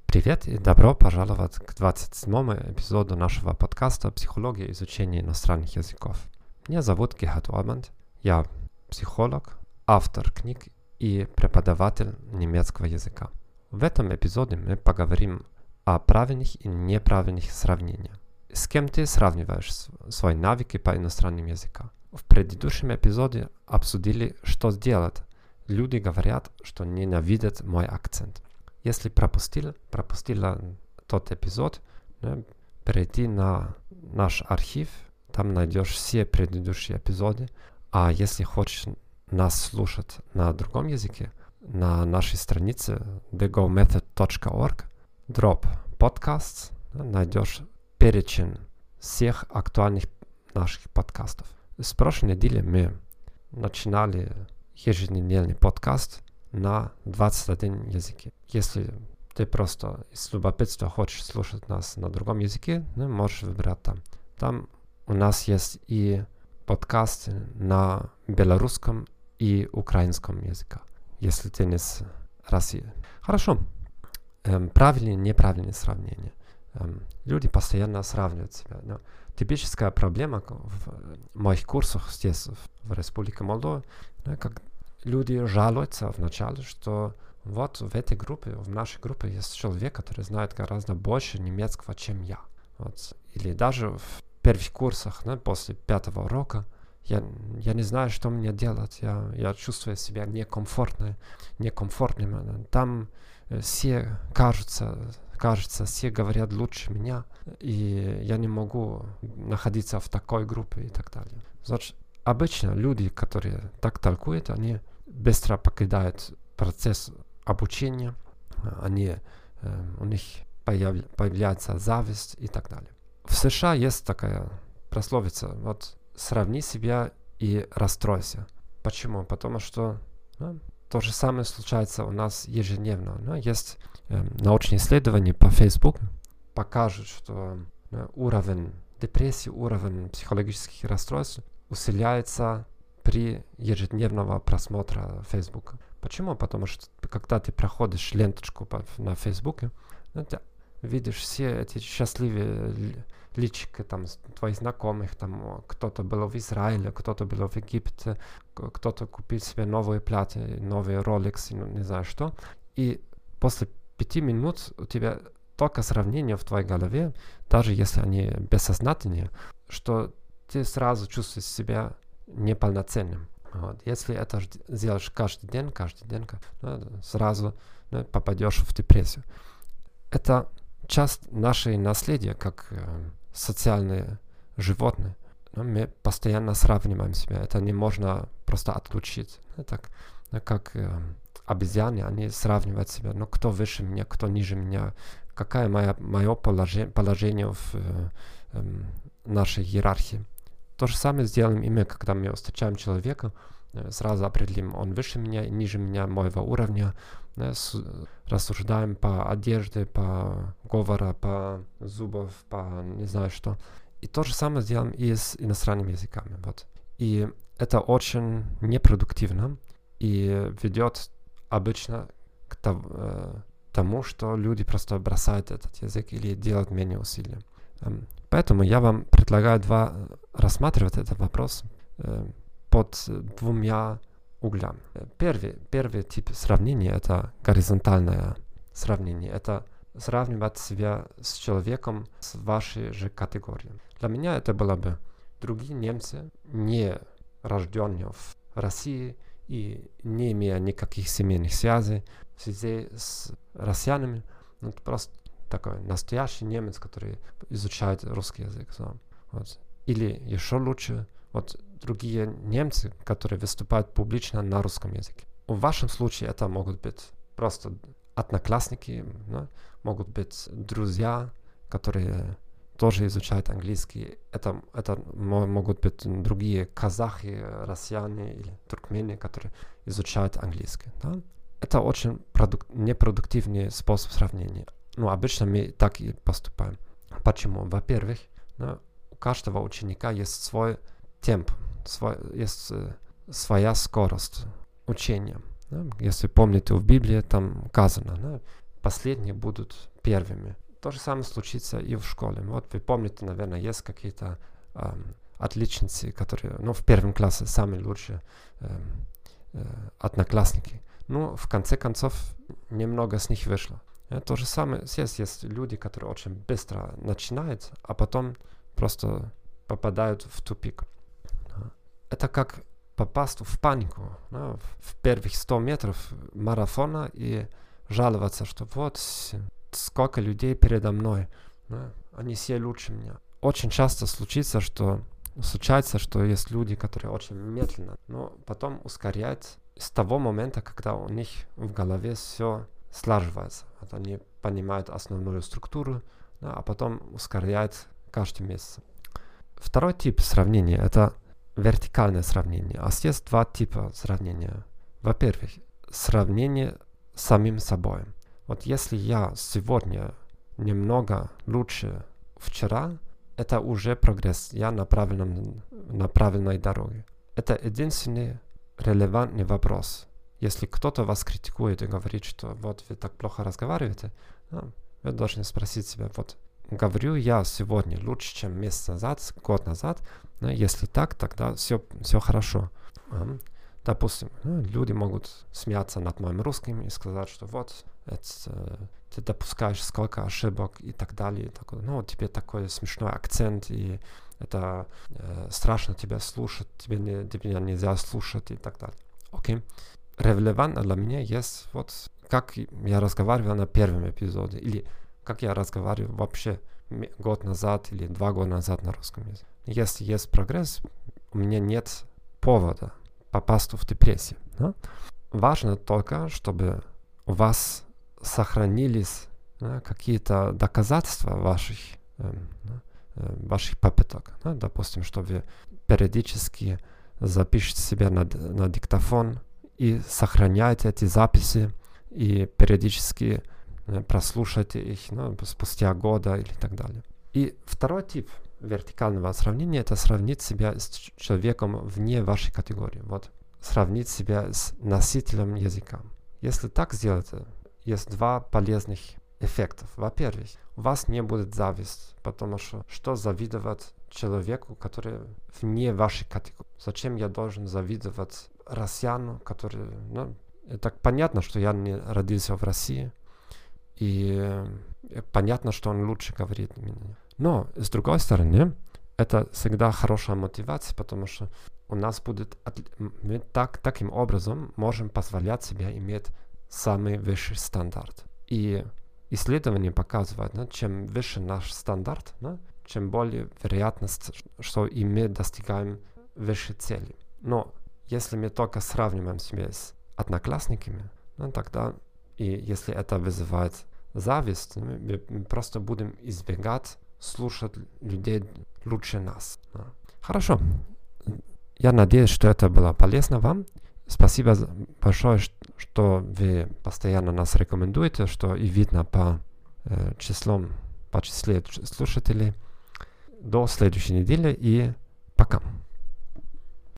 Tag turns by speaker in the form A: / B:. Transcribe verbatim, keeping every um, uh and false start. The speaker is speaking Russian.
A: Привет и добро пожаловать к двадцать седьмому эпизоду нашего подкаста «Психология изучения иностранных языков». Меня зовут Гехат Орманд, я психолог, автор книг и преподаватель немецкого языка. В этом эпизоде мы поговорим о правильных и неправильных сравнениях. С кем ты сравниваешь свои навыки по иностранным языкам? В предыдущем эпизоде обсудили, что сделать. Люди говорят, что ненавидят мой акцент. Если пропустил, пропустила тот эпизод, да, перейди на наш архив, там найдешь все предыдущие эпизоды. А если хочешь нас слушать на другом языке, на нашей странице the go method точка org, дроп podcasts, да, найдешь перечень всех актуальных наших подкастов. С прошлой недели мы начинали еженедельный подкаст на двадцать один языке. Если ты просто из любопытства хочешь слушать нас на другом языке, ну, можешь выбирать там. Там у нас есть и подкасты на белорусском и украинском языках, если ты не с России. Хорошо. Эм, правильные и неправильные сравнения. Эм, люди постоянно сравнивают себя. Но типическая проблема в моих курсах здесь, в Республике Молдова, да, как люди жалуются вначале, что вот в этой группе, в нашей группе есть человек, который знает гораздо больше немецкого, чем я. Вот. Или даже в первых курсах, да, после пятого урока, я, я не знаю, что мне делать. Я, я чувствую себя некомфортно, некомфортным. Там все кажутся, кажется, все говорят лучше меня, и я не могу находиться в такой группе и так далее. Значит, обычно люди, которые так толкуют, они быстро покидают процесс обучения, они, э, у них появ, появляется зависть и так далее. В США есть такая пословица, вот сравни себя и расстройся. Почему? Потому что ну, то же самое случается у нас ежедневно. Ну, есть э, научные исследования по Facebook, покажут, что э, уровень депрессии, уровень психологических расстройств усиляется при ежедневного просмотра Facebook. Почему? Потому что когда ты проходишь ленточку по, на Facebook, ну, ты видишь все эти счастливые личики там, твоих знакомых, там кто-то был в Израиле, кто-то был в Египте, кто-то купил себе новые платья, новые Rolex, ну, не знаю что. И после пяти минут у тебя только сравнение в твоей голове, даже если они бессознательные, что ты сразу чувствуешь себя неполноценным. Вот. Если это сделаешь каждый день, каждый день, ну, сразу ну, попадешь в депрессию. Это часть нашей наследия, как э, социальные животные. Ну, мы постоянно сравниваем себя. Это не можно просто отключить. Это ну, как э, обезьяны, они сравнивают себя. Ну, кто выше меня, кто ниже меня, какое моя, мое положение, положение в э, э, нашей иерархии. То же самое сделаем и мы, когда мы встречаем человека, сразу определим, он выше меня и ниже меня, моего уровня, рассуждаем по одежде, по говору, по зубов, по не знаю что. И то же самое сделаем и с иностранными языками. Вот. И это очень непродуктивно и ведет обычно к тому, что люди просто бросают этот язык или делают менее усилий. Поэтому я вам предлагаю два рассматривать этот вопрос э, под двумя углями. Первый, первый тип сравнения — это горизонтальное сравнение. Это сравнивать себя с человеком с вашей же категорией. Для меня это было бы другие немцы, не рожденные в России и не имея никаких семейных связей в связи с россиянами. Ну, просто такой настоящий немец, который изучает русский язык. Вот. Или еще лучше, вот другие немцы, которые выступают публично на русском языке. В вашем случае это могут быть просто одноклассники, да? Могут быть друзья, которые тоже изучают английский. Это, это могут быть другие казахи, россияне или туркмены, которые изучают английский. Да? Это очень продук- непродуктивный способ сравнения. Ну, обычно мы так и поступаем. Почему? Во-первых, ну, у каждого ученика есть свой темп, свой, есть э, своя скорость учения. Да? Если помните, в Библии там указано, да? последние будут первыми. То же самое случится и в школе. Вот вы помните, наверное, есть какие-то эм, отличницы, которые, ну, в первом классе самые лучшие эм, э, одноклассники. Ну, в конце концов, немного с них вышло. И то же самое, есть, есть люди, которые очень быстро начинают, а потом просто попадают в тупик. Это как попасть в панику, да, в первых сто метров марафона и жаловаться, что вот сколько людей передо мной, да, они все лучше меня. Очень часто случится, что случается, что есть люди, которые очень медленно, но потом ускоряют с того момента, когда у них в голове все слаживается. Вот они понимают основную структуру, да, а потом ускоряют каждый месяц. Второй тип сравнения — это вертикальное сравнение. А есть два типа сравнения. Во-первых, сравнение с самим собой. Вот если я сегодня немного лучше вчера, это уже прогресс. Я на, правильном, на правильной дороге. Это единственный релевантный вопрос. Если кто-то вас критикует и говорит, что вот вы так плохо разговариваете, ну, вы должны спросить себя, вот говорю я сегодня лучше, чем месяц назад, год назад, но если так, тогда все, все хорошо. Um, допустим, ну, люди могут смеяться над моим русским и сказать, что вот это, ты допускаешь сколько ошибок и так далее. И такое, ну, тебе такой смешной акцент, и это э, страшно тебя слушать, тебе, не, тебе нельзя слушать и так далее. Окей. Релевантно для меня есть вот как я разговаривал на первом эпизоде, или как я разговаривал вообще год назад или два года назад на русском языке. Если есть прогресс, у меня нет повода попасть в депрессию. Да? Важно только, чтобы у вас сохранились, да, какие-то доказательства ваших, э, э, ваших попыток. Да? Допустим, что вы периодически запишите себя на, на диктофон и сохраняете эти записи, и периодически э, прослушайте их, ну, спустя года или так далее. И второй тип вертикального сравнения — это сравнить себя с человеком вне вашей категории. Вот, сравнить себя с носителем языка. Если так сделать, есть два полезных эффекта. Во-первых, у вас не будет зависть, потому что что завидовать человеку, который вне вашей категории? Зачем я должен завидовать россияну, который, ну, так понятно, что я не родился в России, и э, понятно, что он лучше говорит меня. Но, с другой стороны, это всегда хорошая мотивация, потому что у нас будет, мы так, таким образом можем позволять себе иметь самый высший стандарт. И исследования показывают, да, чем выше наш стандарт, да, чем более вероятность, что и мы достигаем высшей цели. Но если мы только сравниваем себя с одноклассниками, ну, тогда, и если это вызывает зависть, мы, мы просто будем избегать слушать людей лучше нас. Да. Хорошо. Я надеюсь, что это было полезно вам. Спасибо большое, что вы постоянно нас рекомендуете, что и видно по э, числам, по числе слушателей. До следующей недели и